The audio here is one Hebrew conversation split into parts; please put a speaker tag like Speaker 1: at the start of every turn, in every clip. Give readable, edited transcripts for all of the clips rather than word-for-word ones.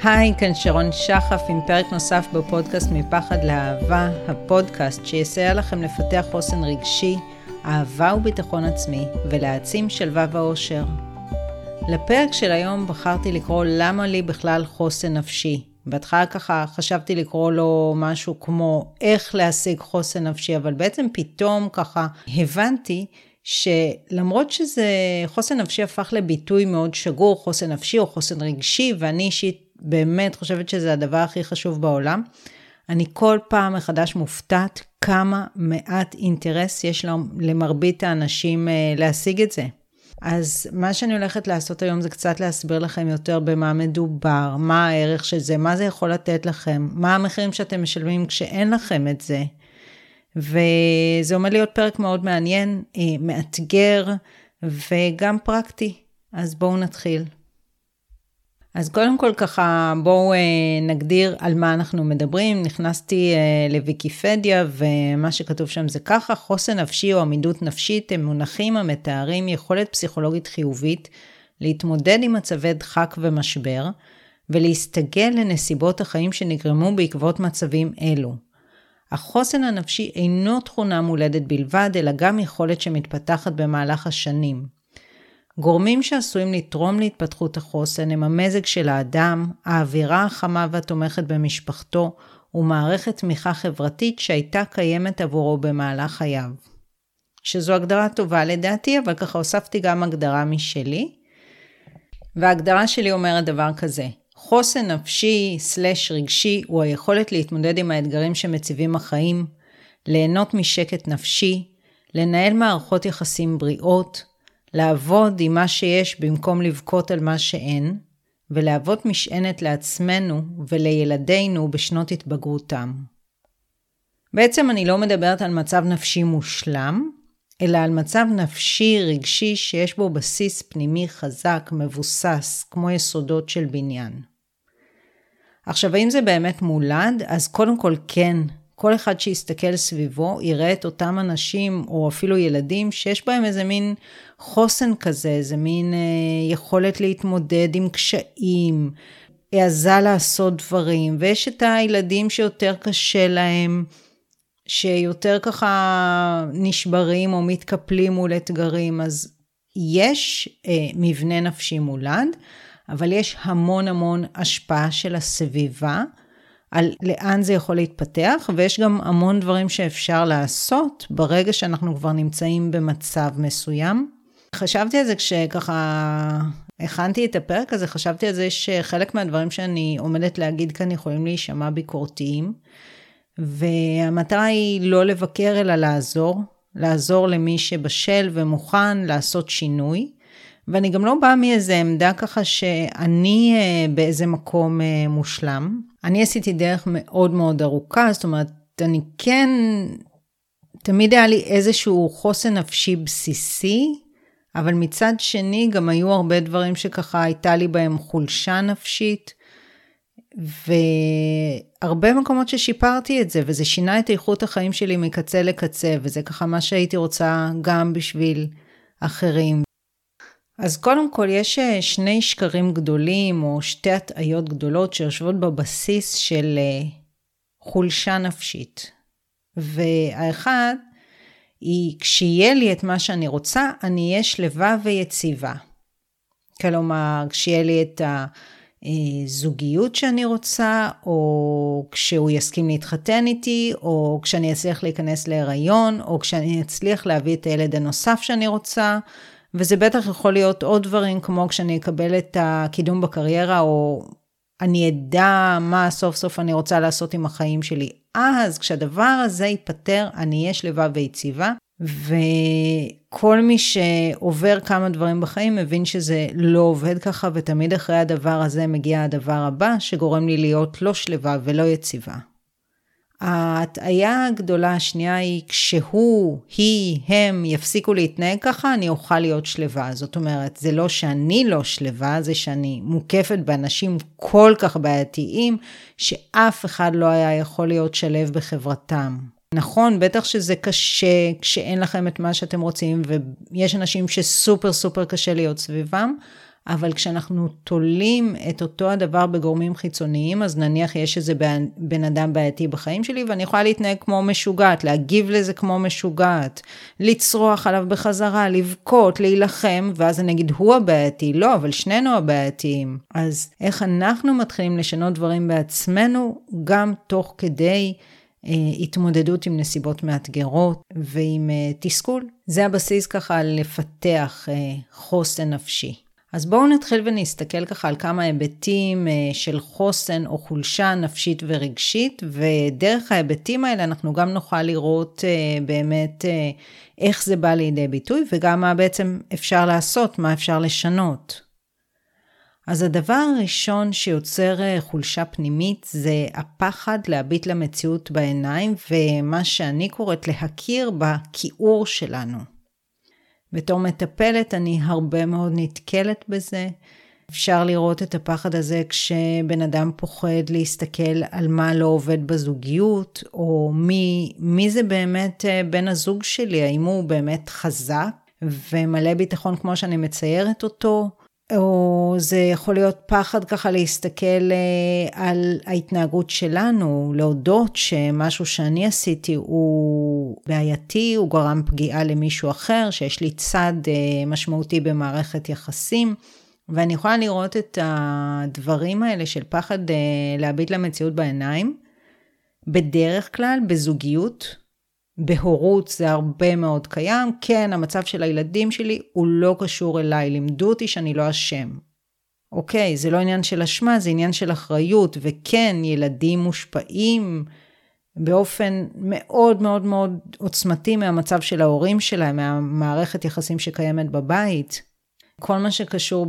Speaker 1: היי, כאן שרון שחף עם פרק נוסף בפודקאסט מפחד לאהבה, הפודקאסט שיסייע לכם לפתח חוסן רגשי, אהבה וביטחון עצמי ולהעצים שלווה ואושר. לפרק של היום בחרתי לקרוא למה לי בכלל חוסן נפשי. בהתחלה ככה חשבתי לקרוא לו משהו כמו איך להשיג חוסן נפשי, אבל בעצם פתאום ככה הבנתי שלמרות שזה חוסן נפשי הפך לביטוי מאוד שגור, חוסן נפשי או חוסן רגשי, ואני אישית באמת חושבת שזה הדבר הכי חשוב בעולם, אני כל פעם מחדש מופתעת כמה מעט אינטרס יש למרבית האנשים להשיג את זה. אז מה שאני הולכת לעשות היום זה קצת להסביר לכם יותר במה מדובר, מה הערך של זה, מה זה יכול לתת לכם, מה המחירים שאתם משלמים כשאין לכם את זה. וזה עומד להיות פרק מאוד מעניין, מאתגר וגם פרקטי. אז בואו נתחיל. אז קודם כל ככה בואו נגדיר על מה אנחנו מדברים. נכנסתי לוויקיפדיה ומה שכתוב שם זה ככה, חוסן נפשי או עמידות נפשית הם מונחים המתארים יכולת פסיכולוגית חיובית להתמודד עם מצבי דחק ומשבר ולהסתגל לנסיבות החיים שנגרמו בעקבות מצבים אלו. החוסן הנפשי אינו תכונה מולדת בלבד, אלא גם יכולת שמתפתחת במהלך השנים. גורמים שעשויים לתרום להתפתחות החוסן הם המזג של האדם, האווירה החמה והתומכת במשפחתו, ומערכת תמיכה חברתית שהייתה קיימת עבורו במהלך חייו. שזו הגדרה טובה לדעתי, אבל ככה הוספתי גם הגדרה משלי. וההגדרה שלי אומרת דבר כזה, חוסן נפשי / רגשי הוא היכולת להתמודד עם האתגרים שמציבים החיים, ליהנות משקט נפשי, לנהל מערכות יחסים בריאות, לעבוד עם מה שיש במקום לבכות על מה שאין, ולהוות משענת לעצמנו ולילדינו בשנות התבגרותם. בעצם אני לא מדברת על מצב נפשי מושלם, אלא על מצב נפשי רגשי שיש בו בסיס פנימי חזק, מבוסס, כמו יסודות של בניין. עכשיו, האם זה באמת מולד? אז קודם כל כן, כל אחד שיסתכל סביבו יראה את אותם אנשים או אפילו ילדים שיש בהם איזה מין חוסן כזה, איזה מין יכולת להתמודד עם קשיים, העזה לעשות דברים, ויש את הילדים שיותר קשה להם, שיותר ככה נשברים או מתקפלים מול אתגרים, אז יש מבנה נפשי מולד, אבל יש המון השפעה של הסביבה, על לאן זה יכול להתפתח, ויש גם המון דברים שאפשר לעשות ברגע שאנחנו כבר נמצאים במצב מסוים. חשבתי על זה כשככה הכנתי את הפרק הזה, חשבתי על זה שחלק מהדברים שאני עומדת להגיד כאן יכולים להישמע ביקורתיים, והמטרה היא לא לבקר אלא לעזור למי שבשל ומוכן לעשות שינוי, ואני גם לא באה מאיזה עמדה ככה שאני באיזה מקום מושלם. אני עשיתי דרך מאוד ארוכה, זאת אומרת, אני כן, תמיד היה לי איזשהו חוסן נפשי בסיסי, אבל מצד שני גם היו הרבה דברים שככה הייתה לי בהם חולשה נפשית, והרבה מקומות ששיפרתי את זה, וזה שינה את איכות החיים שלי מקצה לקצה, וזה ככה מה שהייתי רוצה גם בשביל אחרים. אז קודם כל יש שני שקרים גדולים או שתי הטעיות גדולות שיושבות בבסיס של חולשה נפשית. והאחד היא כשיהיה לי את מה שאני רוצה, אני אהיה שלווה ויציבה. כלומר, כשיהיה לי את הזוגיות שאני רוצה, או כשהוא יסכים להתחתן איתי, או כשאני אצליח להיכנס להיריון, או כשאני אצליח להביא את הילד הנוסף שאני רוצה, וזה בטח יכול להיות עוד דברים, כמו כשאני אקבל את הקידום בקריירה, או אני אדע מה סוף סוף אני רוצה לעשות עם החיים שלי. אז כשהדבר הזה ייפטר, אני אהיה שלווה ויציבה, וכל מי שעובר כמה דברים בחיים מבין שזה לא עובד ככה, ותמיד אחרי הדבר הזה מגיע הדבר הבא, שגורם לי להיות לא שלווה ולא יציבה. ההטעיה הגדולה השנייה היא, כשהוא, היא, הם יפסיקו להתנהג ככה, אני אוכל להיות שלווה. זאת אומרת, זה לא שאני לא שלווה, זה שאני מוקפת באנשים כל כך בעייתיים, שאף אחד לא היה יכול להיות שלב בחברתם. נכון, בטח שזה קשה כשאין לכם את מה שאתם רוצים, ויש אנשים שסופר קשה להיות סביבם, אבל כשאנחנו תולים את אותו הדבר בגורמים חיצוניים, אז נניח יש איזה בן אדם בעייתי בחיים שלי, ואני יכולה להתנהג כמו משוגעת, להגיב לזה כמו משוגעת, לצרוח עליו בחזרה, לבכות, להילחם, ואז אני אגיד, הוא הבעייתי, לא, אבל שנינו הבעייתיים. אז איך אנחנו מתחילים לשנות דברים בעצמנו, גם תוך כדי התמודדות עם נסיבות מאתגרות ועם תסכול. זה הבסיס ככה לפתח חוסן נפשי. אז בואו נתחיל ונסתכל ככה על כמה היבטים של חוסן או חולשה נפשית ורגשית, ודרך ההיבטים האלה אנחנו גם נוכל לראות באמת איך זה בא לידי ביטוי, וגם מה בעצם אפשר לעשות, מה אפשר לשנות. אז הדבר הראשון שיוצר חולשה פנימית זה הפחד להביט למציאות בעיניים, ומה שאני קוראת להכיר בכיעור שלנו. בתור מטפלת אני הרבה מאוד נתקלת בזה. אפשר לראות את הפחד הזה כשבן אדם פוחד להסתכל על מה לא עובד בזוגיות, או מי זה באמת בן הזוג שלי, האם הוא באמת חזק ומלא ביטחון כמו שאני מציירת אותו, או זה יכול להיות פחד ככה להסתכל על ההתנהגות שלנו, להודות שמשהו שאני עשיתי הוא בעייתי, הוא גרם פגיעה למישהו אחר, שיש לי צד משמעותי במערכת יחסים, ואני יכולה לראות את הדברים האלה של פחד להביט למציאות בעיניים, בדרך כלל בזוגיות, בהורות זה הרבה מאוד קיים, כן, המצב של הילדים שלי הוא לא קשור אליי, לימדו אותי שאני לא אשם. אוקיי, זה לא עניין של אשמה, זה עניין של אחריות, וכן, ילדים מושפעים באופן מאוד מאוד מאוד עוצמתי מהמצב של ההורים שלהם, מהמערכת יחסים שקיימת בבית. כל מה שקשור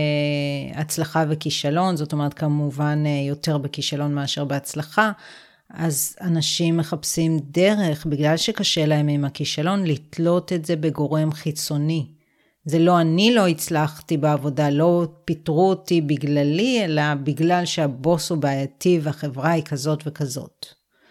Speaker 1: בהצלחה וכישלון, זאת אומרת כמובן יותר בכישלון מאשר בהצלחה, אז אנשים מחפשים דרך, בגלל שקשה להם עם הכישלון, לתלות את זה בגורם חיצוני. זה לא אני לא הצלחתי בעבודה, לא פיטרו אותי בגללי, אלא בגלל שהבוס הוא בעייתי והחברה היא כזאת וכזאת.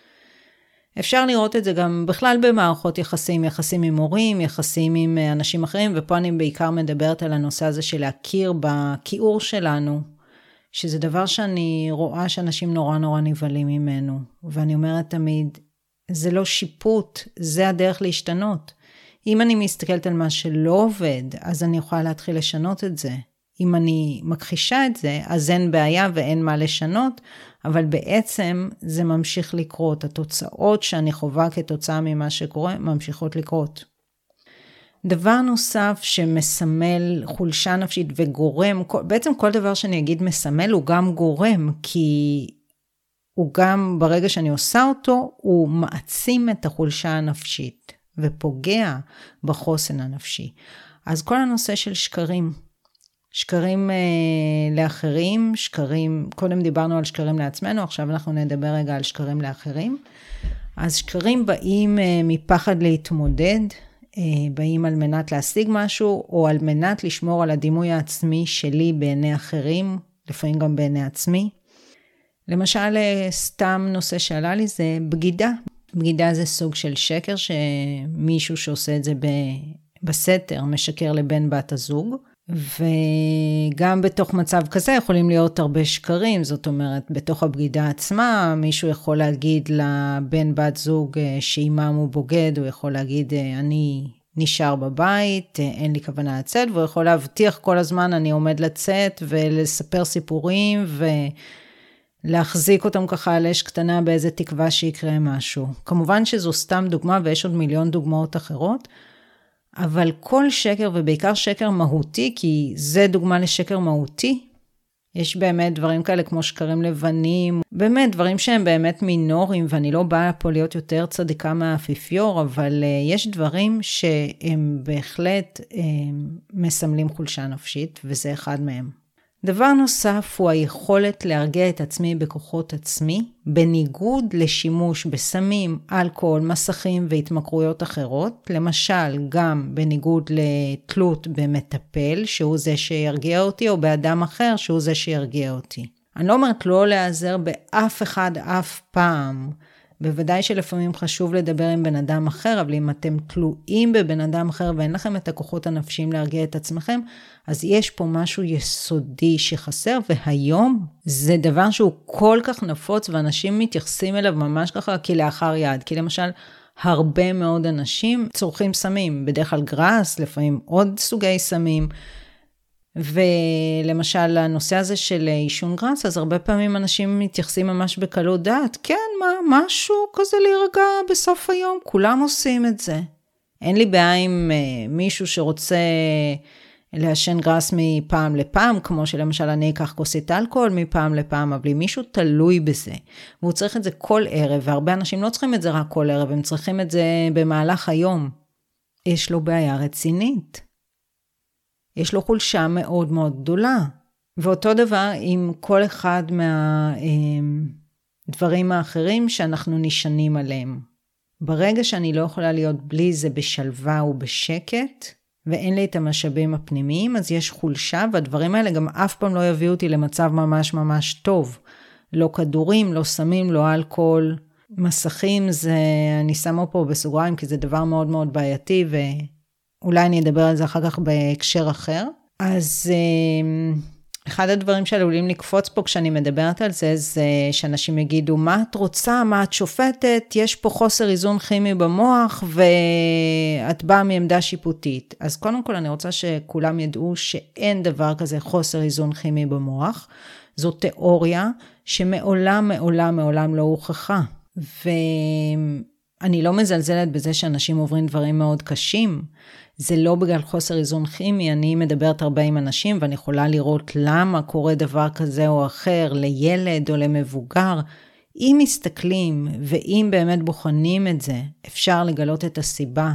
Speaker 1: אפשר לראות את זה גם בכלל במערכות יחסים, יחסים עם הורים, יחסים עם אנשים אחרים, ופה אני בעיקר מדברת על הנושא הזה של להכיר בכיעור שלנו, שזה דבר שאני רואה שאנשים נורא נורא נבהלים ממנו, ואני אומרת תמיד, זה לא שיפוט, זה הדרך להשתנות. אם אני מסתכלת על מה שלא עובד, אז אני יכולה להתחיל לשנות את זה. אם אני מכחישה את זה, אז אין בעיה ואין מה לשנות, אבל בעצם זה ממשיך לקרות. התוצאות שאני חווה כתוצאה ממה שקורה, ממשיכות לקרות. דבר נוסף שמסמל חולשה נפשית וגורם, בעצם כל דבר שאני אגיד מסמל הוא גם גורם, כי הוא גם ברגע שאני עושה אותו, הוא מעצים את החולשה הנפשית ופוגע בחוסן הנפשי. אז כל הנושא של שקרים, שקרים לאחרים, שקרים, קודם דיברנו על שקרים לעצמנו, עכשיו אנחנו נדבר רגע על שקרים לאחרים. אז שקרים באים מפחד להתמודד, באים על מנת להשיג משהו, או על מנת לשמור על הדימוי העצמי שלי בעיני אחרים, לפעמים גם בעיני עצמי. למשל, סתם נושא שעלה לי זה בגידה. בגידה זה סוג של שקר שמישהו שעושה את זה בסתר משקר לבן בת הזוג, וגם בתוך מצב כזה יכולים להיות הרבה שקרים, זאת אומרת, בתוך הבגידה עצמה, מישהו יכול להגיד לבן בת זוג שאימם הוא בוגד, הוא יכול להגיד, אני נשאר בבית, אין לי כוונה לצאת, והוא יכול להבטיח כל הזמן, אני עומד לצאת, ולספר סיפורים, ולהחזיק אותם ככה על אש קטנה, באיזה תקווה שיקרה משהו. כמובן שזו סתם דוגמה, ויש עוד מיליון דוגמאות אחרות, אבל כל שקר, ובעיקר שקר מהותי, כי זה דוגמה לשקר מהותי, יש באמת דברים כאלה כמו שקרים לבנים, באמת דברים שהם באמת מינוריים, ואני לא באה פה להיות יותר צדיקה מהאפיפיור, אבל יש דברים שהם בהחלט מסמלים חולשה נפשית, וזה אחד מהם. דבר נוסף הוא היכולת להרגיע את עצמי בכוחות עצמי, בניגוד לשימוש בסמים, אלכוהול, מסכים והתמכרויות אחרות, למשל גם בניגוד לתלות במטפל, שהוא זה שירגיע אותי, או באדם אחר שהוא זה שירגיע אותי. אני לא אומרת לא להיעזר באף אחד אף פעם, בוודאי שלפעמים חשוב לדבר עם בן אדם אחר, אבל אם אתם תלויים בבן אדם אחר ואין לכם את הכוחות הנפשיים להרגיע את עצמכם, אז יש פה משהו יסודי שחסר, והיום זה דבר שהוא כל כך נפוץ, ואנשים מתייחסים אליו ממש ככה כלאחר יד, כי למשל הרבה מאוד אנשים צורכים סמים, בדרך כלל גראס, לפעמים עוד סוגי סמים, ולמשל הנושא הזה של עישון גראס, אז הרבה פעמים אנשים מתייחסים ממש בקלות דעת, כן, משהו כזה להירגע בסוף היום, כולם עושים את זה. אין לי בעיה עם מישהו שרוצה לעשן גראס מפעם לפעם, כמו שלמשל אני אקח כוסית אלכוהול מפעם לפעם, אבל אם מישהו תלוי בזה, והוא צריך את זה כל ערב, והרבה אנשים לא צריכים את זה רק כל ערב, הם צריכים את זה במהלך היום. יש לו בעיה רצינית. יש לו חולשה מאוד מאוד גדולה. ואותו דבר עם כל אחד מהדברים האחרים שאנחנו נשענים עליהם. ברגע שאני לא יכולה להיות בלי זה בשלווה ובשקט, ואין לי את המשאבים הפנימיים, אז יש חולשה, והדברים האלה גם אף פעם לא יביאו אותי למצב ממש ממש טוב. לא כדורים, לא סמים, לא אלכוהול. מסכים זה, אני שמה פה בסוגריים, כי זה דבר מאוד מאוד בעייתי, ואולי אני אדבר על זה אחר כך בהקשר אחר. אז אחד הדברים שעלולים לקפוץ פה כשאני מדברת על זה, זה שאנשים יגידו, מה את רוצה, מה את שופטת, יש פה חוסר איזון כימי במוח, ואת באה מעמדה שיפוטית. אז קודם כל אני רוצה שכולם ידעו שאין דבר כזה חוסר איזון כימי במוח. זו תיאוריה שמעולם, מעולם, מעולם לא הוכחה. ואני לא מזלזלת בזה שאנשים עוברים דברים מאוד קשים, זה לא בגלל חוסר איזון כימי, אני מדברת הרבה עם אנשים, ואני יכולה לראות למה קורה דבר כזה או אחר, לילד או למבוגר. אם מסתכלים, ואם באמת בוחנים את זה, אפשר לגלות את הסיבה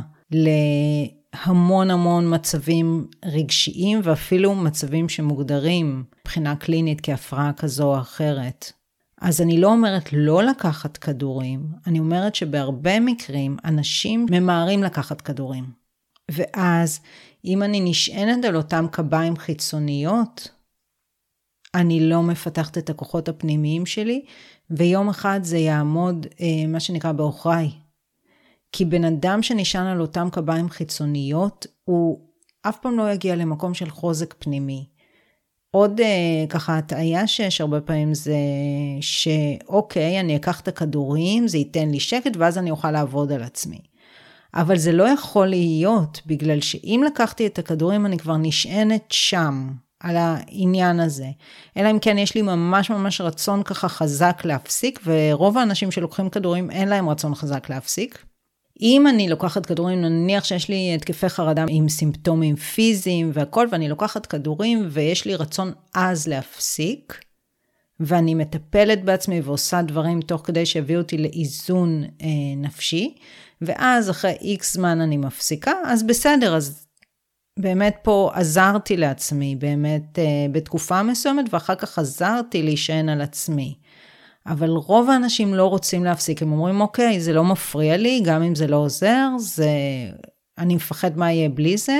Speaker 1: להמון המון מצבים רגשיים, ואפילו מצבים שמוגדרים מבחינה קלינית כהפרעה כזו או אחרת. אז אני לא אומרת לא לקחת כדורים, אני אומרת שבהרבה מקרים אנשים ממהרים לקחת כדורים. ואז אם אני נשענת על אותם קביים חיצוניות, אני לא מפתחת את הכוחות הפנימיים שלי, ויום אחד זה יעמוד מה שנקרא באוכריי. כי בן אדם שנשען על אותם קביים חיצוניות, הוא אף פעם לא יגיע למקום של חוזק פנימי. עוד ככה הטעיה שיש הרבה פעמים זה שאוקיי, אני אקח את הכדורים, זה ייתן לי שקט, ואז אני אוכל לעבוד על עצמי. אבל זה לא יכול להיות, בגלל שאם לקחתי את הכדורים, אני כבר נשענת שם, על העניין הזה. אלא אם כן יש לי ממש ממש רצון ככה חזק להפסיק, ורוב האנשים שלוקחים כדורים, אין להם רצון חזק להפסיק. אם אני לוקחת כדורים, נניח שיש לי התקפי חרדה עם סימפטומים פיזיים והכל, ואני לוקחת כדורים, ויש לי רצון אז להפסיק, ואני מטפלת בעצמי ועושה דברים תוך כדי שהביאו אותי לאיזון נפשי, ואז אחרי X זמן אני מפסיקה, אז בסדר, אז באמת פה עזרתי לעצמי, באמת בתקופה מסוימת, ואחר כך עזרתי להישען על עצמי. אבל רוב האנשים לא רוצים להפסיק, הם אומרים, אוקיי, זה לא מפריע לי, גם אם זה לא עוזר, אני מפחד מה יהיה בלי זה,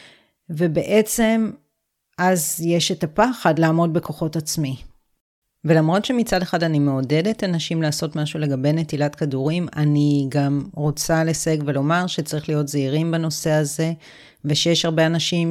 Speaker 1: ובעצם אז יש את הפחד לעמוד בכוחות עצמי. ולמרות שמצד אחד אני מעודדת אנשים לעשות משהו לגבי נטילת כדורים, אני גם רוצה לסייג ולומר שצריך להיות זהירים בנושא הזה, ושיש הרבה אנשים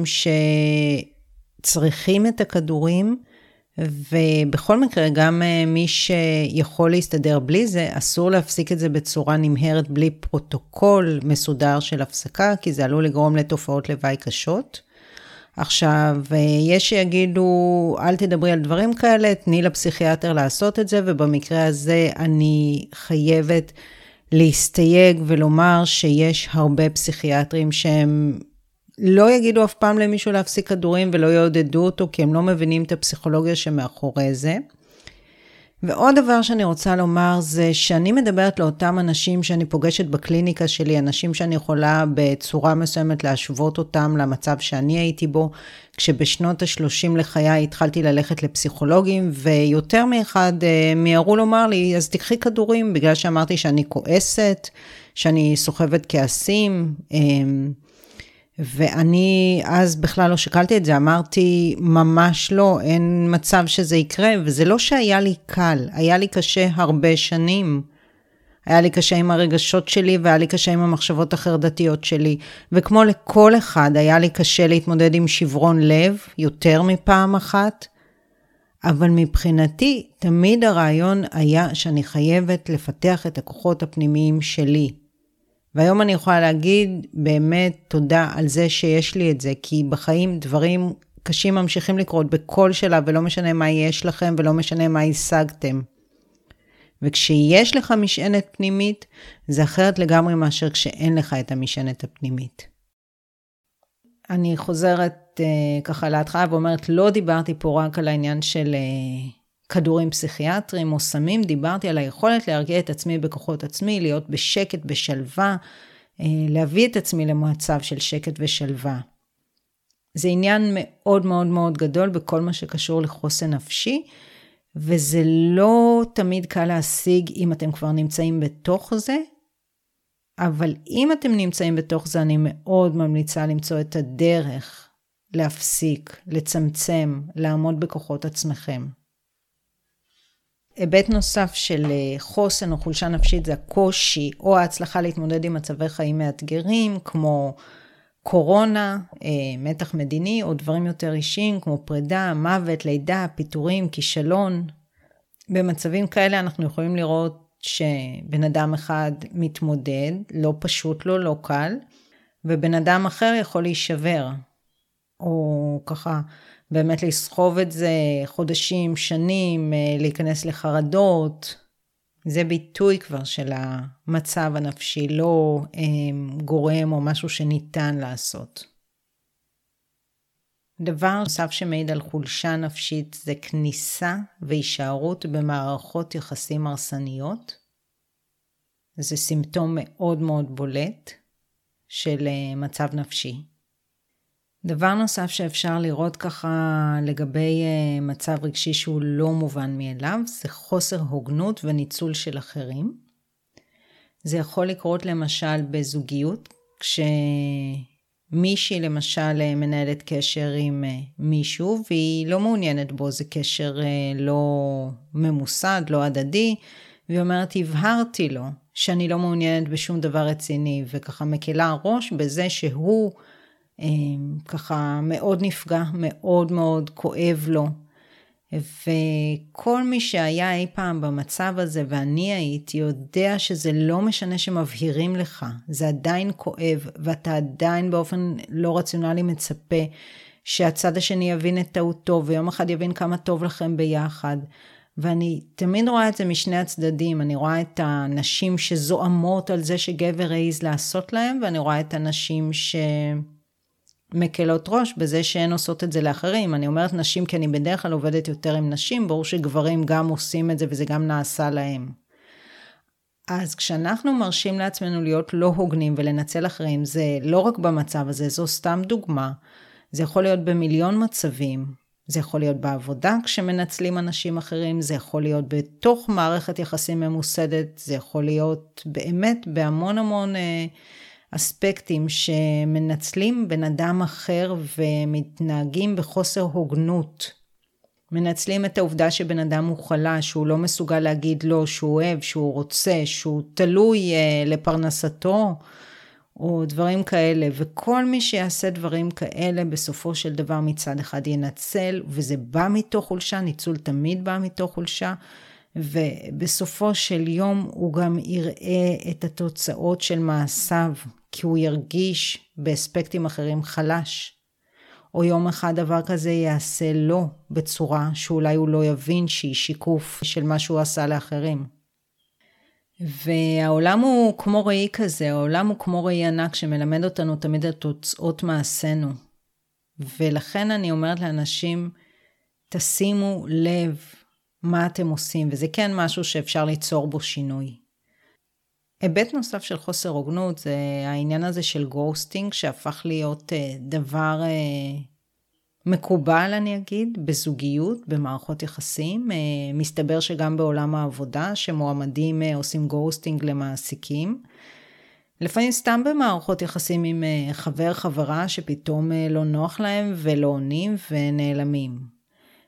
Speaker 1: שצריכים את הכדורים, ובכל מקרה גם מי שיכול להסתדר בלי זה, אסור להפסיק את זה בצורה נמהרת בלי פרוטוקול מסודר של הפסקה, כי זה עלול לגרום לתופעות לוואי קשות. עכשיו, יש שיגידו, אל תדברי על דברים כאלה, תני לפסיכיאטר לעשות את זה, ובמקרה הזה אני חייבת להסתייג ולומר שיש הרבה פסיכיאטרים שהם לא יגידו אף פעם למישהו להפסיק כדורים ולא יעודדו אותו, כי הם לא מבינים את הפסיכולוגיה שמאחורי זה. ועוד דבר שאני רוצה לומר זה שאני מדברת לאותם אנשים שאני פוגשת בקליניקה שלי, אנשים שאני יכולה בצורה מסוימת להשוות אותם למצב שאני הייתי בו, כשבשנות ה-30 לחיי התחלתי ללכת לפסיכולוגים, ויותר מאחד מיהרו לומר לי, אז תקחי כדורים, בגלל שאמרתי שאני כועסת, שאני סוחבת כעסים, ואני אז בכלל לא שקלתי את זה, אמרתי ממש לא, אין מצב שזה יקרה, וזה לא שהיה לי קל, היה לי קשה הרבה שנים. היה לי קשה עם הרגשות שלי, והיה לי קשה עם המחשבות החרדתיות שלי, וכמו לכל אחד, היה לי קשה להתמודד עם שברון לב, יותר מפעם אחת, אבל מבחינתי, תמיד הרעיון היה שאני חייבת לפתח את הכוחות הפנימיים שלי. והיום אני יכולה להגיד באמת תודה על זה שיש לי את זה, כי בחיים דברים קשים ממשיכים לקרות בכל שלב, ולא משנה מה יש לכם, ולא משנה מה השגתם. וכשיש לך משענת פנימית, זה אחרת לגמרי מאשר כשאין לך את המשענת הפנימית. אני חוזרת ככה להתחלה ואומרת, לא דיברתי פה רק על העניין של כדורים פסיכיאטריים או סמים, דיברתי על היכולת להרגיע את עצמי בכוחות עצמי, להיות בשקט, בשלווה, להביא את עצמי למצב של שקט ושלווה. זה עניין מאוד מאוד מאוד גדול בכל מה שקשור לחוסן נפשי, וזה לא תמיד קל להשיג אם אתם כבר נמצאים בתוך זה, אבל אם אתם נמצאים בתוך זה, אני מאוד ממליצה למצוא את הדרך להפסיק, לצמצם, לעמוד בכוחות עצמכם. היבט נוסף של חוסן או חולשה נפשית זה הקושי או ההצלחה להתמודד עם מצבי חיים מאתגרים, כמו קורונה, מתח מדיני או דברים יותר אישיים, כמו פרידה, מוות, לידה, פיטורים, כישלון. במצבים כאלה אנחנו יכולים לראות שבן אדם אחד מתמודד, לא פשוט לו, לא קל, ובן אדם אחר יכול להישבר, או ככה באמת לסחוב את זה חודשים, שנים, להיכנס לחרדות. זה ביטוי כבר של המצב הנפשי, לא גורם או משהו שניתן לעשות. דבר נוסף שמעיד על חולשה נפשית זה כניסה והישארות במערכות יחסים הרסניות. זה סימפטום מאוד מאוד בולט של מצב נפשי. דבר נוסף שאפשר לראות ככה לגבי מצב רגשי שהוא לא מובן מאליו, זה חוסר הוגנות וניצול של אחרים. זה יכול לקרות למשל בזוגיות, כשמישהי למשל מנהלת קשר עם מישהו, והיא לא מעוניינת בו, זה קשר לא ממוסד, לא הדדי, והיא אומרת, הבהרתי לו שאני לא מעוניינת בשום דבר רציני, וככה מקלה ראש בזה שהוא ככה מאוד נפגע, מאוד מאוד כואב לו. וכל מי שהיה אי פעם במצב הזה, ואני הייתי, יודע שזה לא משנה שמבהירים לך, זה עדיין כואב, ואתה עדיין באופן לא רציונלי מצפה, שהצד השני יבין את טעותו, ויום אחד יבין כמה טוב לכם ביחד. ואני תמיד רואה את זה משני הצדדים, אני רואה את הנשים שזועמות על זה שגבר העיז לעשות להם, ואני רואה את הנשים מקלות ראש בזה שהן עושות את זה לאחרים. אני אומרת נשים כי אני בדרך כלל עובדת יותר עם נשים, ברור שגברים גם עושים את זה וזה גם נעשה להם. אז כשאנחנו מרשים לעצמנו להיות לא הוגנים ולנצל אחרים, זה לא רק במצב הזה, זו סתם דוגמה. זה יכול להיות במיליון מצבים, זה יכול להיות בעבודה כשמנצלים אנשים אחרים, זה יכול להיות בתוך מערכת יחסים ממוסדת, זה יכול להיות באמת בהמון המון אספקטים שמנצלים בן אדם אחר ומתנהגים בחוסר הוגנות. מנצלים את העובדה שבן אדם הוא חלש, שהוא לא מסוגל להגיד לו שהוא אוהב, שהוא רוצה, שהוא תלוי לפרנסתו, או דברים כאלה. וכל מי שיעשה דברים כאלה בסופו של דבר מצד אחד ינצל, וזה בא מתוך חולשה, ניצול תמיד בא מתוך חולשה, ובסופו של יום הוא גם יראה את התוצאות של מעשיו, כי הוא ירגיש באספקטים אחרים חלש. או יום אחד דבר כזה יעשה לו בצורה שאולי הוא לא יבין שהיא שיקוף של מה שהוא עשה לאחרים. והעולם הוא כמו ראי כזה, העולם הוא כמו ראי ענק שמלמד אותנו תמיד את תוצאות מעשינו. ולכן אני אומרת לאנשים, תשימו לב מה אתם עושים, וזה כן משהו שאפשר ליצור בו שינוי. היבט נוסף של חוסר הוגנות זה העניין הזה של גוסטינג, שהפך להיות דבר מקובל, אני אגיד, בזוגיות, במערכות יחסים. מסתבר שגם בעולם העבודה, שמועמדים עושים גוסטינג למעסיקים. לפעמים סתם במערכות יחסים עם חברה שפתאום לא נוח להם ולא עונים ונעלמים.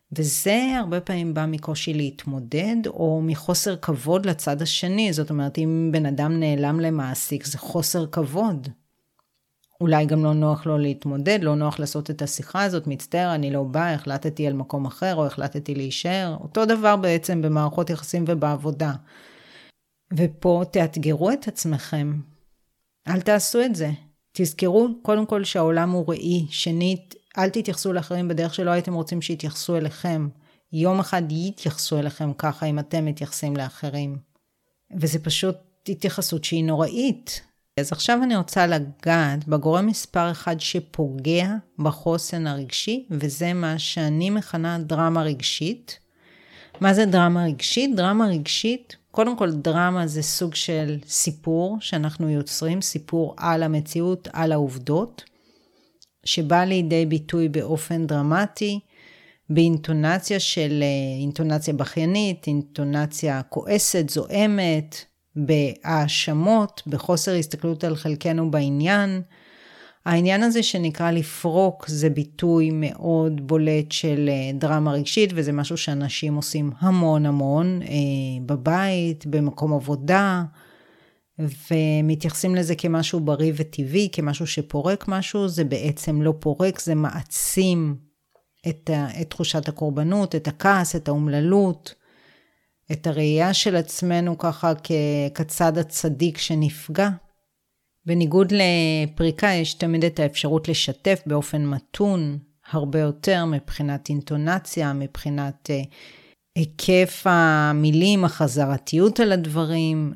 Speaker 1: וזה הרבה פעמים בא מקושי להתמודד, או מחוסר כבוד לצד השני. זאת אומרת, אם בן אדם נעלם למעסיק, זה חוסר כבוד. אולי גם לא נוח לו להתמודד, לא נוח לעשות את השיחה הזאת, מצטער, אני לא בא, החלטתי על מקום אחר, או החלטתי להישאר. אותו דבר בעצם במערכות יחסים ובעבודה. ופה תאתגרו את עצמכם. אל תעשו את זה. תזכרו קודם כל שהעולם הוא ראי. שנית, אל תתייחסו לאחרים בדרך שלא הייתם רוצים שיתייחסו אליכם. יום אחד יתייחסו אליכם ככה אם אתם מתייחסים לאחרים. וזה פשוט התייחסות שהיא נוראית. אז עכשיו אני רוצה לגעת בגורם מספר אחד שפוגע בחוסן הרגשי, וזה מה שאני מכנה דרמה רגשית. מה זה דרמה רגשית? דרמה רגשית, קודם כל דרמה זה סוג של סיפור שאנחנו יוצרים, סיפור על המציאות, על העובדות, שבא לידי ביטוי באופן דרמטי, באינטונציה של אינטונציה בכיינית, אינטונציה כועסת, זועמת, בהאשמות, בחוסר הסתכלות על חלקנו בעניין. העניין הזה שנקרא לפרוק זה ביטוי מאוד בולט של דרמה רגשית, וזה משהו שאנשים עושים המון בבית, במקום עבודה, ומתייחסים לזה כמשהו בריא וטבעי, כמשהו שפורק משהו. זה בעצם לא פורק, זה מעצים את תחושת הקורבנות, את הכעס, את האומללות, את הראייה של עצמנו ככה כצד הצדיק שנפגע. בניגוד לפריקה יש תמיד את האפשרות לשתף באופן מתון הרבה יותר מבחינת אינטונציה, מבחינת היקף המילים, החזרתיות על הדברים,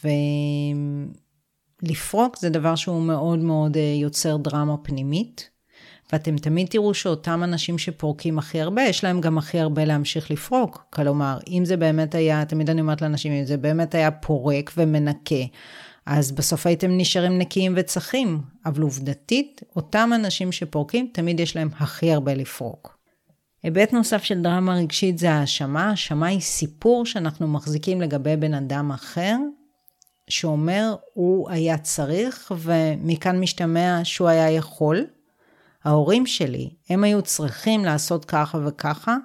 Speaker 1: ולפרוק זה דבר שהוא מאוד מאוד יוצר דרמה פנימית. ואתם תמיד תראו שאותם אנשים שפורקים הכי הרבה, יש להם גם הכי הרבה להמשיך לפרוק. כלומר, אם זה באמת היה, תמיד אני אומרת לאנשים, אם זה באמת היה פורק ומנקה, אז בסוף הייתם נשארים נקיים וצחים. אבל עובדתית, אותם אנשים שפורקים, תמיד יש להם הכי הרבה לפרוק. היבט נוסף של דרמה רגשית זה האשמה. האשמה היא סיפור שאנחנו מחזיקים לגבי בן אדם אחר, שאומר הוא היה צריך, ומכאן משתמע שהוא היה יכול. ההורים שלי, הם היו צריכים לעשות ככה וככה.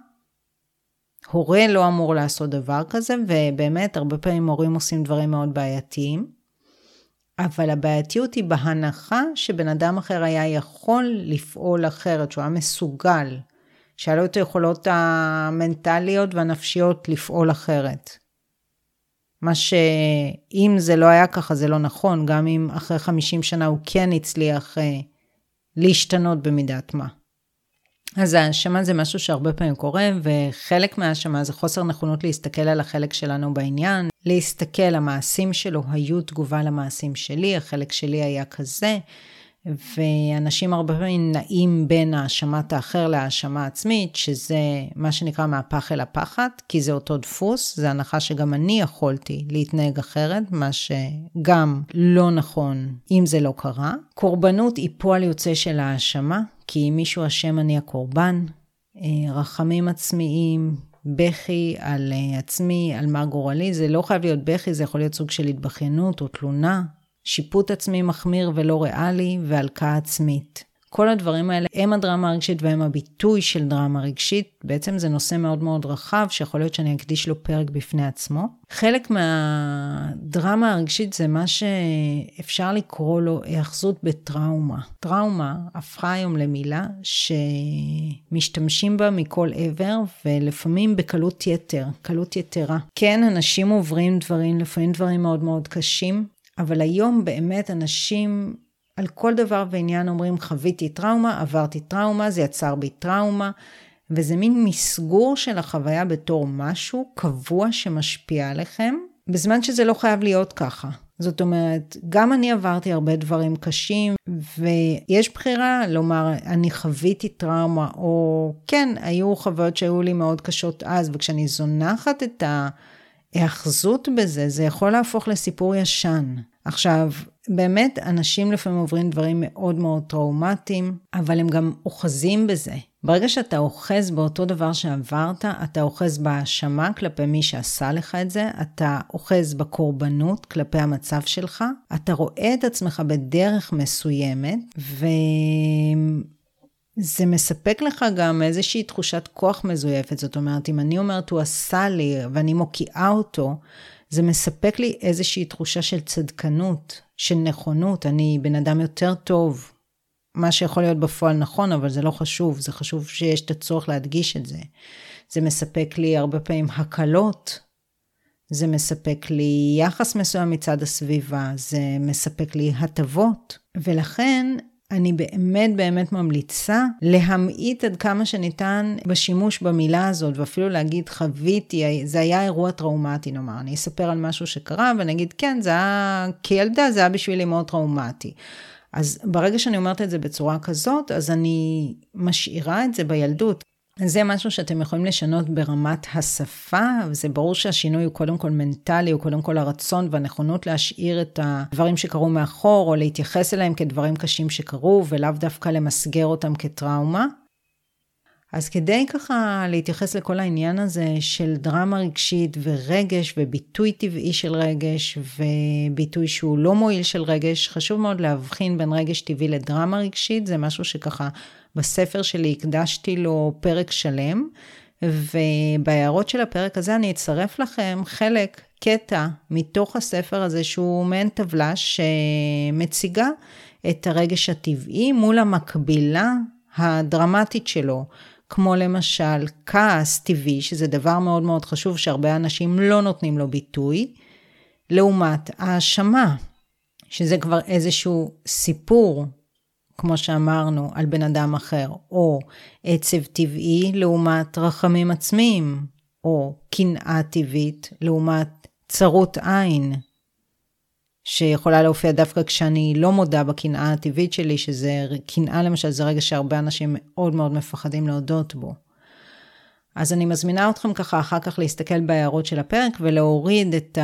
Speaker 1: הורה לא אמור לעשות דבר כזה, ובאמת הרבה פעמים הורים עושים דברים מאוד בעייתיים. אבל הבעייתיות היא בהנחה שבן אדם אחר היה יכול לפעול אחרת, שהוא היה מסוגל, שהיה לו את היכולות המנטליות והנפשיות לפעול אחרת. מה שאם זה לא היה ככה זה לא נכון, גם אם אחרי 50 שנה הוא כן הצליח להשתנות במידת מה. אז ההאשמה זה משהו שהרבה פעמים קורה, וחלק מההאשמה זה חוסר נכונות להסתכל על החלק שלנו בעניין, להסתכל, המעשים שלו היו תגובה למעשים שלי, החלק שלי היה כזה, ואנשים הרבה פעמים נעים בין האשמת האחר להאשמה עצמית, שזה מה שנקרא מהפח אל הפחד, כי זה אותו דפוס, זה הנחה שגם אני יכולתי להתנהג אחרת, מה שגם לא נכון אם זה לא קרה. קורבנות היא פועל יוצא של האשמה, כי אם מישהו אשם אני הקורבן, רחמים עצמיים, בכי על עצמי, על מה גורלי, זה לא חייב להיות בכי, זה יכול להיות סוג של התבכיינות או תלונה, שיפוט עצמי מחמיר ולא ריאלי, והלקאה עצמית. כל הדברים האלה הם הדרמה הרגשית והם הביטוי של דרמה רגשית. בעצם זה נושא מאוד מאוד רחב, שיכול להיות שאני אקדיש לו פרק בפני עצמו. חלק מהדרמה הרגשית זה מה שאפשר לקרוא לו היאחזות בטראומה. טראומה הפכה היום למילה שמשתמשים בה מכל עבר, ולפעמים בקלות יתר, קלות יתרה. כן, אנשים עוברים דברים, לפעמים דברים מאוד מאוד קשים, אבל היום באמת אנשים על כל דבר ועניין אומרים חוויתי טראומה, עברתי טראומה, זה יצר בי טראומה, וזה מין מסגור של החוויה בתור משהו קבוע שמשפיע עליכם, בזמן שזה לא חייב להיות ככה. זאת אומרת, גם אני עברתי הרבה דברים קשים, ויש בחירה לומר אני חוויתי טראומה, או כן, היו חוויות שהיו לי מאוד קשות אז, וכשאני זונחת את ההאחזות בזה, זה יכול להפוך לסיפור ישן. עכשיו, באמת אנשים לפעמים עוברים דברים מאוד מאוד טראומטיים, אבל הם גם אוחזים בזה. ברגע שאתה אוחז באותו דבר שעברת, אתה אוחז בהאשמה כלפי מי שעשה לך את זה, אתה אוחז בקורבנות כלפי המצב שלך, אתה רואה את עצמך בדרך מסוימת, זה מספק לך גם איזושהי תחושת כוח מזויפת, זאת אומרת, אם אני אומרת הוא עשה לי ואני מוקיעה אותו, זה מספק לי איזושהי תחושה של צדקנות, של נכונות, אני בן אדם יותר טוב, מה שיכול להיות בפועל נכון, אבל זה לא חשוב, זה חשוב שיש את הצורך להדגיש את זה. זה מספק לי הרבה פעמים הקלות, זה מספק לי יחס מסוים מצד הסביבה, זה מספק לי הטבות, ולכן אני באמת ממליצה להמעיט עד כמה שניתן בשימוש במילה הזאת, ואפילו להגיד חוויתי, זה היה אירוע טראומטי נאמר, אני אספר על משהו שקרה, ואני אגיד כן, זה היה כילדה, זה היה בשבילי מאוד טראומטי. אז ברגע שאני אומרת את זה בצורה כזאת, אז אני משאירה את זה בילדות. זה משהו שאתם יכולים לשנות ברמת השפה, וזה ברור שהשינוי הוא קודם כל מנטלי, הוא קודם כל הרצון והנכונות להשאיר את הדברים שקרו מאחור, או להתייחס אליהם כדברים קשים שקרו, ולאו דווקא למסגר אותם כטראומה. אז כדי ככה להתייחס לכל העניין הזה של דרמה רגשית ורגש וביטוי טבעי של רגש וביטוי שהוא לא מועיל של רגש, חשוב מאוד להבחין בין רגש טבעי לדרמה רגשית, זה משהו שככה בספר שלי הקדשתי לו פרק שלם, ובהערות של הפרק הזה אני אצרף לכם קטע מתוך הספר הזה שהוא מעין טבלה שמציגה את הרגש הטבעי מול המקבילה הדרמטית שלו, כמו למשל כעס טבעי, שזה דבר מאוד מאוד חשוב שהרבה אנשים לא נותנים לו ביטוי, לעומת האשמה, שזה כבר איזשהו סיפור, כמו שאמרנו, על בן אדם אחר, או עצב טבעי לעומת רחמים עצמיים, או קנאה טבעית לעומת צרות עין, שיכולה להופיע דווקא כשאני לא מודה בקנאה הטבעית שלי, שזה קנאה למשל, זה רגע שהרבה אנשים מאוד מאוד מפחדים להודות בו. אז אני מזמינה אתכם ככה אחר כך להסתכל בהערות של הפרק, ולהוריד את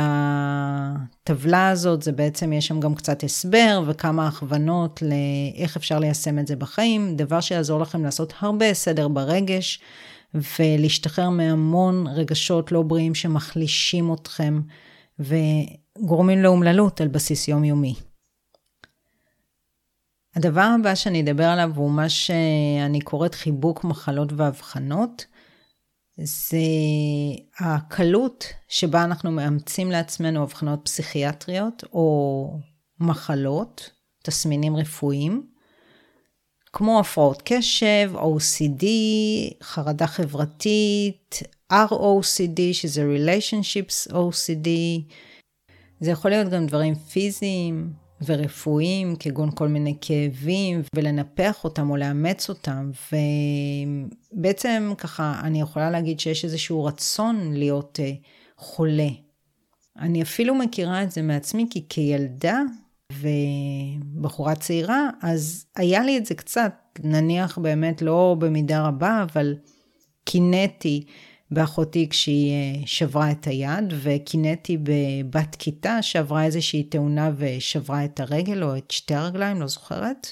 Speaker 1: הטבלה הזאת, זה בעצם יש שם גם קצת הסבר, וכמה הכוונות לאיך אפשר ליישם את זה בחיים, דבר שיעזור לכם לעשות הרבה סדר ברגש, ולהשתחרר מהמון רגשות לא בריאים שמחלישים אתכם, וגורמים לאומללות על בסיס יומיומי. הדבר הבא שאני אדבר עליו הוא מה שאני קוראת חיבוק מחלות והבחנות, זה הקלות שבה אנחנו מאמצים לעצמנו הבחנות פסיכיאטריות או מחלות, תסמינים רפואיים, כמו הפרעות קשב, OCD, חרדה חברתית, ROCD, שזה Relationships OCD, זה יכול להיות גם דברים פיזיים ורפואיים, כגון כל מיני כאבים, ולנפח אותם או לאמץ אותם, ובעצם ככה אני יכולה להגיד שיש איזשהו רצון להיות חולה. אני אפילו מכירה את זה מעצמי, כי כילדה ובחורה צעירה, אז היה לי את זה קצת, נניח באמת לא במידה רבה, אבל קינאתי באחותי כשהיא שברה את היד, וקינאתי בבת כיתה שעברה איזושהי תאונה ושברה את הרגל או את שתי הרגליים, לא זוכרת.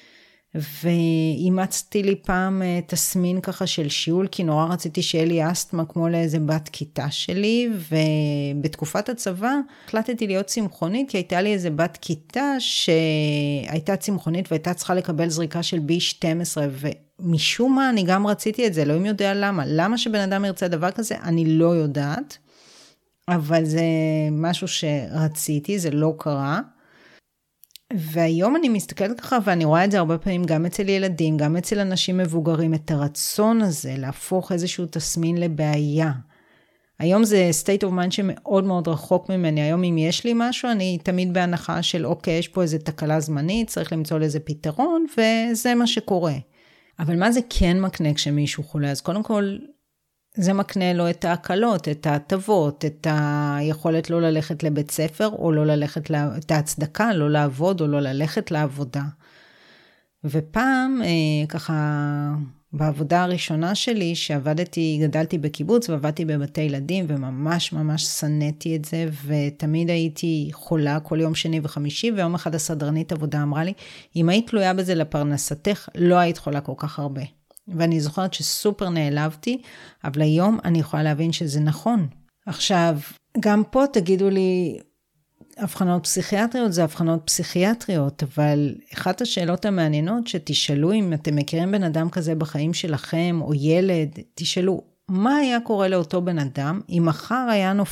Speaker 1: ואימצתי לי פעם תסמין ככה של שיעול, כי נורא רציתי שיהיה לי אסתמה כמו לאיזה בת כיתה שלי, ובתקופת הצבא החלטתי להיות צמחונית, כי הייתה לי איזה בת כיתה שהייתה צמחונית והייתה צריכה לקבל זריקה של B12, ומשום מה אני גם רציתי את זה, אלוהים יודע למה. למה שבן אדם ירצה דבר כזה? אני לא יודעת, אבל זה משהו שרציתי, זה לא קרה. והיום אני מסתכלת ככה, ואני רואה את זה הרבה פעמים גם אצל ילדים, גם אצל אנשים מבוגרים, את הרצון הזה להפוך איזשהו תסמין לבעיה. היום זה state of mind שמאוד מאוד רחוק ממני. היום אם יש לי משהו, אני תמיד בהנחה של אוקיי, יש פה איזו תקלה זמנית, צריך למצוא לזה פתרון, וזה מה שקורה. אבל מה זה כן מקנה כשמישהו חולה? אז קודם כל, זה מקנה לו את ההקלות, את ההטבות, את היכולת לא ללכת לבית ספר, או לא ללכת, את ההצדקה, לא לעבוד, או לא ללכת לעבודה. ופעם, ככה, בעבודה הראשונה שלי, גדלתי בקיבוץ, ועבדתי בבתי ילדים, וממש ממש שנאתי את זה, ותמיד הייתי חולה כל יום שני וחמישי, ויום אחד הסדרנית עבודה אמרה לי, אם היית תלויה בזה לפרנסתך, לא היית חולה כל כך הרבה. ואני זוכרת שסופר נעלבתי, אבל היום אני יכולה להבין שזה נכון. עכשיו, גם פה תגידו לי, אבחנות פסיכיאטריות זה אבחנות פסיכיאטריות, אבל אחת השאלות המעניינות שתשאלו אם אתם מכירים בן אדם כזה בחיים שלכם, או ילד, תשאלו, מה היה קורה לאותו בן אדם, אם מחר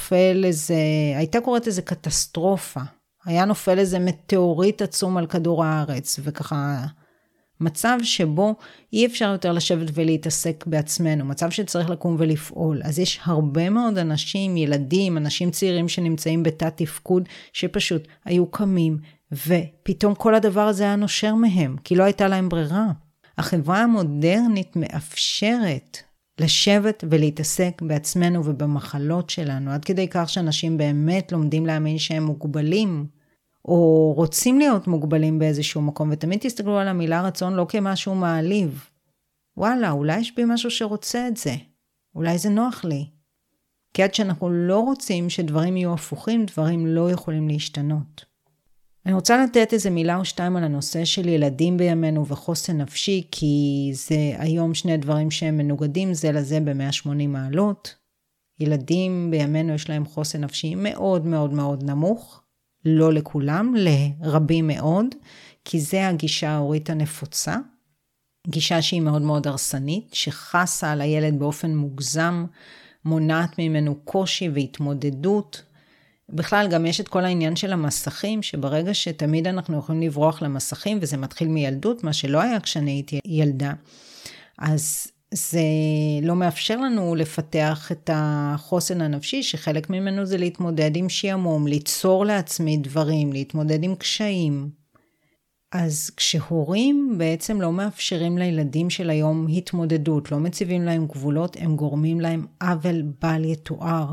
Speaker 1: הייתה קורית איזה קטסטרופה, היה נופל איזה מטאוריט עצום על כדור הארץ, וככה מצב שבו אי אפשר יותר לשבת ולהתעסק בעצמנו, מצב שצריך לקום ולפעול. אז יש הרבה מאוד אנשים, ילדים, אנשים צעירים שנמצאים בתת תפקוד, שפשוט היו קמים, ופתאום כל הדבר הזה היה נושר מהם, כי לא הייתה להם ברירה. החברה המודרנית מאפשרת לשבת ולהתעסק בעצמנו ובמחלות שלנו, עד כדי כך שאנשים באמת לומדים להאמין שהם מוגבלים, או רוצים להיות מוגבלים באיזשהו מקום, ותמיד תסתכלו על המילה רצון לא כמשהו מעליב. וואלה, אולי יש בי משהו שרוצה את זה. אולי זה נוח לי. כי עד שאנחנו לא רוצים שדברים יהיו הפוכים, דברים לא יכולים להשתנות. אני רוצה לתת איזה מילה או שתיים על הנושא של ילדים בימינו וחוסן נפשי, כי זה היום שני דברים שהם מנוגדים זה לזה ב-180 מעלות. ילדים בימינו יש להם חוסן נפשי מאוד מאוד מאוד נמוך, לא לכולם, לרבים מאוד, כי זה הגישה ההורית הנפוצה, גישה שהיא מאוד מאוד הרסנית, שחסה על הילד באופן מוגזם, מונעת ממנו קושי והתמודדות. בכלל גם יש את כל העניין של המסכים, שברגע שתמיד אנחנו יכולים לברוח למסכים, וזה מתחיל מילדות, מה שלא היה כשאני הייתי ילדה, אז זה לא מאפשר לנו לפתח את החוסן הנפשי, שחלק ממנו זה להתמודד עם שיעמום, ליצור לעצמי דברים, להתמודד עם קשיים. אז כשהורים בעצם לא מאפשרים לילדים של היום התמודדות, לא מציבים להם גבולות, הם גורמים להם עוול בל יתואר.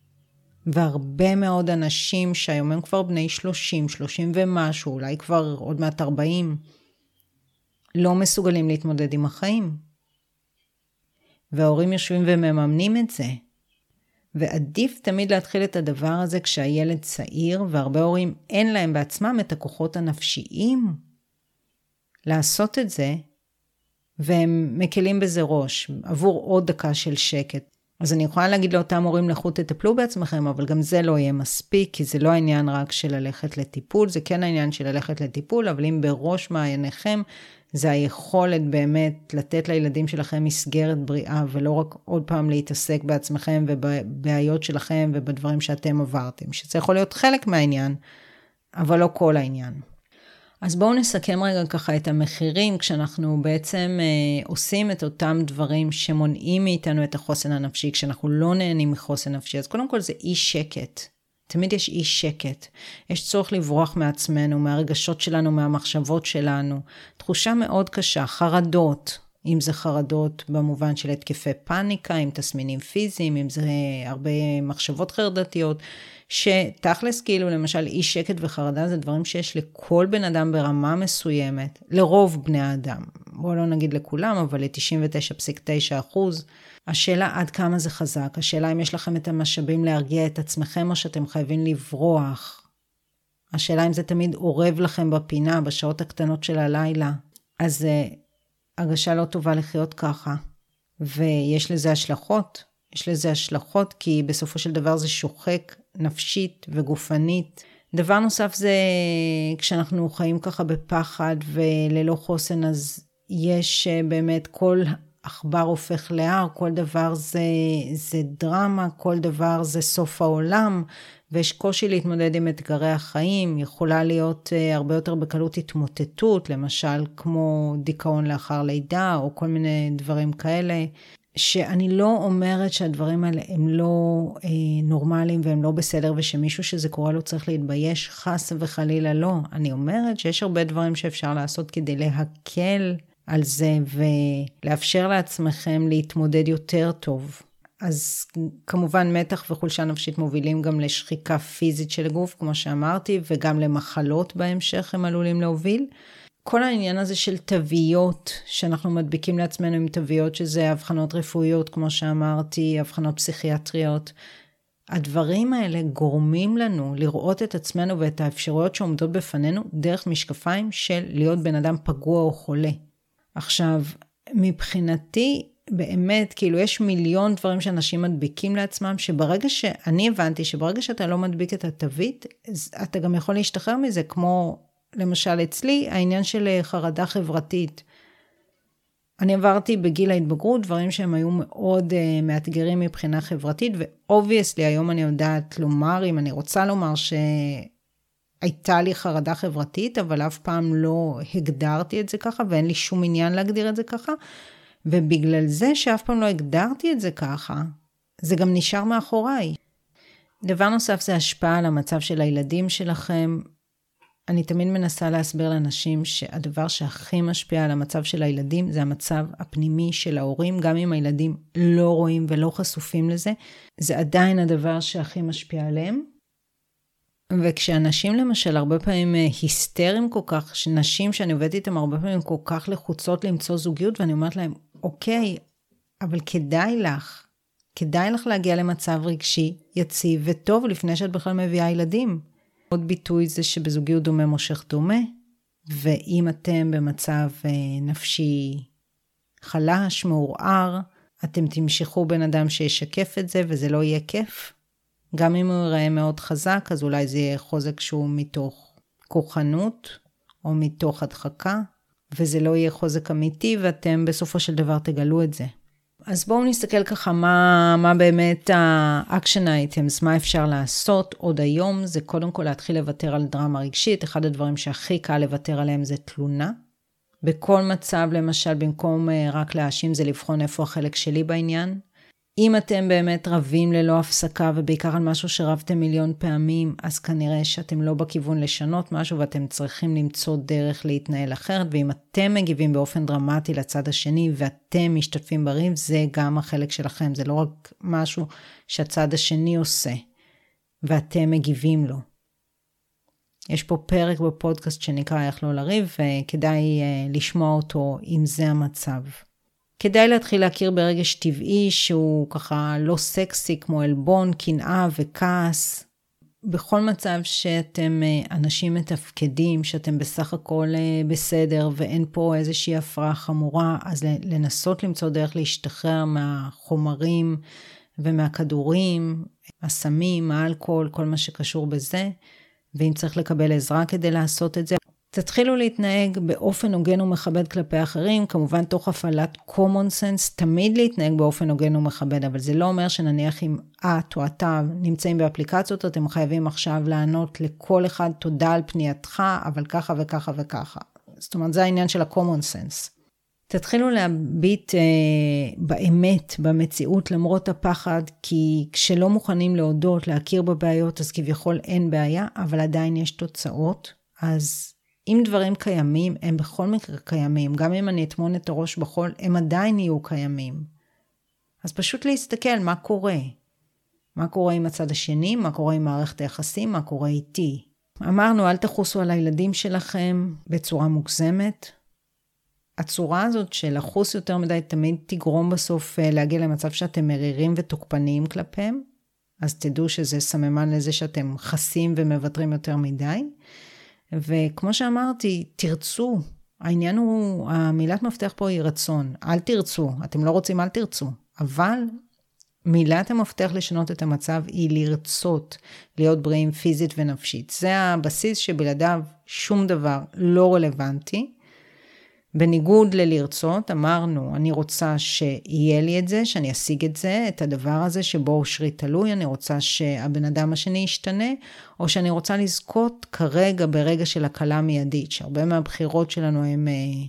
Speaker 1: והרבה מאוד אנשים שהיום הם כבר בני 30, 30 ומשהו, אולי כבר עוד מעט 40, לא מסוגלים להתמודד עם החיים. וההורים יושבים ומממנים את זה. ועדיף תמיד להתחיל את הדבר הזה כשהילד צעיר, והרבה הורים אין להם בעצמם את הכוחות הנפשיים לעשות את זה, והם מקלים בזה ראש עבור עוד דקה של שקט. אז אני יכולה להגיד לאותם הורים לכו תטפלו בעצמכם, אבל גם זה לא יהיה מספיק, כי זה לא העניין רק של ללכת לטיפול, זה כן העניין של ללכת לטיפול, אבל אם בראש מעייניכם, זה היכולת באמת לתת לילדים שלכם מסגרת בריאה, ולא רק עוד פעם להתעסק בעצמכם ובבעיות שלכם ובדברים שאתם עברתם, שזה יכול להיות חלק מהעניין, אבל לא כל העניין. אז בואו נסכם רגע ככה את המחירים, כשאנחנו בעצם עושים את אותם דברים שמונעים מאיתנו את החוסן הנפשי, כשאנחנו לא נהנים מחוסן נפשי. אז קודם כל זה אי שקט. תמיד יש אי שקט. יש צורך לברוח מעצמנו, מהרגשות שלנו, מהמחשבות שלנו. תחושה מאוד קשה, חרדות. אם זה חרדות במובן של התקפי פאניקה, עם תסמינים פיזיים, אם זה הרבה מחשבות חרדתיות, שתכלס כאילו למשל אי שקט וחרדה זה דברים שיש לכל בן אדם ברמה מסוימת, לרוב בני האדם, בואו לא נגיד לכולם, אבל ל-99.9%. השאלה עד כמה זה חזק, השאלה אם יש לכם את המשאבים להרגיע את עצמכם או שאתם חייבים לברוח. השאלה אם זה תמיד עורב לכם בפינה בשעות הקטנות של הלילה, אז הרגשה לא טובה לחיות ככה, ויש לזה השלכות. יש לזה השלכות כי בסופו של דבר זה שוחק נפשית וגופנית. דבר נוסף זה כשאנחנו חיים ככה בפחד וללא חוסן, אז יש באמת כל עכבר הופך להר, כל דבר זה דרמה, כל דבר זה סוף העולם, ויש קושי להתמודד עם אתגרי החיים, יכולה להיות הרבה יותר בקלות התמוטטות, למשל כמו דיכאון לאחר לידה או כל מיני דברים כאלה, שאני לא אומרת שהדברים האלה הם לא נורמליים והם לא בסדר, ושמישהו שזה קורה לו צריך להתבייש, חס וחלילה לא. אני אומרת שיש הרבה דברים שאפשר לעשות כדי להקל על זה, ולאפשר לעצמכם להתמודד יותר טוב. אז כמובן מתח וחולשה נפשית מובילים גם לשחיקה פיזית של הגוף, כמו שאמרתי, וגם למחלות בהמשך הם עלולים להוביל. כל העניין הזה של תוויות, שאנחנו מדביקים לעצמנו עם תוויות, שזה הבחנות רפואיות, כמו שאמרתי, הבחנות פסיכיאטריות, הדברים האלה גורמים לנו לראות את עצמנו ואת האפשרויות שעומדות בפנינו, דרך משקפיים של להיות בן אדם פגוע או חולה. עכשיו, מבחינתי, באמת, כאילו יש מיליון דברים שאנשים מדביקים לעצמם, אני הבנתי שברגע שאתה לא מדביק את התווית, אתה גם יכול להשתחרר מזה, כמו למשל אצלי, העניין של חרדה חברתית. אני עברתי בגיל ההתבגרות, דברים שהם היו מאוד מאתגרים מבחינה חברתית, ואובייסלי היום אני יודעת לומר, אם אני רוצה לומר שהייתה לי חרדה חברתית, אבל אף פעם לא הגדרתי את זה ככה, ואין לי שום עניין להגדיר את זה ככה, ובגלל זה שאף פעם לא הגדרתי את זה ככה, זה גם נשאר מאחוריי. דבר נוסף זה השפעה על המצב של הילדים שלכם. אני תמיד מנסה להסביר לאנשים שהדבר שהכי משפיע על המצב של הילדים, זה המצב הפנימי של ההורים, גם אם הילדים לא רואים ולא חשופים לזה, זה עדיין הדבר שהכי משפיע עליהם. וכשאנשים למשל הרבה פעמים היסטריים כל כך, שנשים שאני עובדת איתם הרבה פעמים כל כך לחוצות למצוא זוגיות, ואני אומרת להם, אוקיי, אבל כדאי לך להגיע למצב רגשי, יציב וטוב, לפני שאת בכלל מביאה ילדים. עוד ביטוי זה שבזוגיות דומה מושך דומה, ואם אתם במצב נפשי חלש, מעורער, אתם תמשכו בן אדם שישקף את זה, וזה לא יהיה כיף. גם אם הוא יראה מאוד חזק, אז אולי זה יהיה חוזק שהוא מתוך כוחנות, או מתוך הדחקה, וזה לא יהיה חוזק אמיתי, ואתם בסופו של דבר תגלו את זה. אז בואו נסתכל ככה מה באמת ה-action items, מה אפשר לעשות עוד היום, זה קודם כל להתחיל לוותר על דרמה רגשית, אחד הדברים שהכי קל לוותר עליהם זה תלונה. בכל מצב למשל, במקום רק להאשים זה לבחון איפה החלק שלי בעניין. אם אתם באמת רבים ללא הפסקה, ובעיקר על משהו שרבתם מיליון פעמים, אז כנראה שאתם לא בכיוון לשנות משהו, ואתם צריכים למצוא דרך להתנהל אחרת, ואם אתם מגיבים באופן דרמטי לצד השני, ואתם משתתפים בריב, זה גם החלק שלכם, זה לא רק משהו שהצד השני עושה, ואתם מגיבים לו. יש פה פרק בפודקאסט שנקרא איך לא לריב, וכדאי לשמוע אותו אם זה המצב. כדאי להתחיל להכיר ברגש טבעי שהוא ככה לא סקסי כמו אלבון, קנאה וכעס. בכל מצב שאתם אנשים מתפקדים, שאתם בסך הכל בסדר ואין פה איזושהי הפרעה חמורה, אז לנסות למצוא דרך להשתחרר מהחומרים ומהכדורים, הסמים, האלכוהול, כל מה שקשור בזה. ואם צריך לקבל עזרה כדי לעשות את זה, תתחילו להתנהג באופן הוגן ומכבד כלפי אחרים, כמובן תוך הפעלת common sense, תמיד להתנהג באופן הוגן ומכבד, אבל זה לא אומר שנניח אם את או אתה נמצאים באפליקציות, אתם חייבים עכשיו לענות לכל אחד תודה על פנייתך, אבל ככה וככה וככה. זאת אומרת, זה העניין של ה-common sense. תתחילו להביט באמת, במציאות, למרות הפחד, כי כשלא מוכנים להודות, להכיר בבעיות, אז כביכול אין בעיה, אבל עדיין יש תוצאות, אז אם דברים קיימים, הם בכל מקרה קיימים. גם אם אני אטמון את הראש בחול, הם עדיין יהיו קיימים. אז פשוט להסתכל מה קורה. מה קורה עם הצד השני, מה קורה עם מערכת היחסים, מה קורה איתי. אמרנו, אל תחוסו על הילדים שלכם בצורה מוגזמת. הצורה הזאת של לחוס יותר מדי תמיד תגרום בסוף להגיע למצב שאתם מרירים ותוקפניים כלפיהם. אז תדעו שזה סממן לזה שאתם חסים ומוותרים יותר מדי. וכמו שאמרתי, תרצו. העניין הוא, המילת מפתח פה היא רצון. אל תרצו. אתם לא רוצים, אל תרצו. אבל מילת המפתח לשנות את המצב היא לרצות, להיות בריאים פיזית ונפשית. זה הבסיס שבלעדיו שום דבר לא רלוונטי. בניגוד ללרצות, אמרנו, אני רוצה שיהיה לי את זה, שאני אשיג את זה, את הדבר הזה שבו הוא שריט תלוי, אני רוצה שהבן אדם השני ישתנה, או שאני רוצה לזכות כרגע ברגע של הקלה מיידית, שהרבה מהבחירות שלנו הן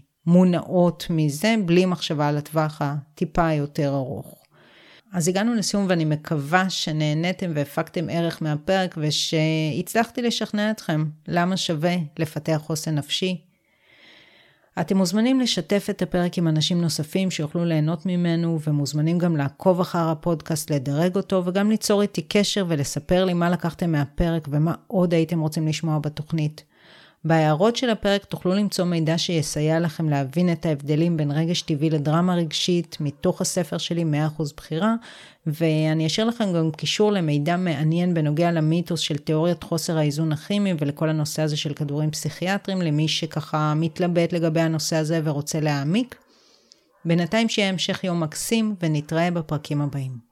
Speaker 1: מונעות מזה, בלי מחשבה על הטווח הטיפה יותר ארוך. אז הגענו לסיום ואני מקווה שנהניתם והפקתם ערך מהפרק, ושהצלחתי לשכנע אתכם למה שווה לפתח חוסן נפשי. אתם מוזמנים לשתף את הפרק עם אנשים נוספים שיוכלו ליהנות ממנו, ומוזמנים גם לעקוב אחר הפודקאסט, לדרג אותו, וגם ליצור איתי קשר ולספר לי מה לקחתם מהפרק ומה עוד הייתם רוצים לשמוע בתוכנית. בהערות של הפרק תוכלו למצוא מידע שיסייע לכם להבין את ההבדלים בין רגש טבעי לדרמה רגשית, מתוך הספר שלי 100% בחירה, ואני אשאיר לכם גם קישור למידע מעניין בנוגע למיתוס של תיאוריית חוסר האיזון הכימי, ולכל הנושא הזה של כדורים פסיכיאטרים, למי שככה מתלבט לגבי הנושא הזה ורוצה להעמיק. בינתיים שיהיה המשך יום מקסים ונתראה בפרקים הבאים.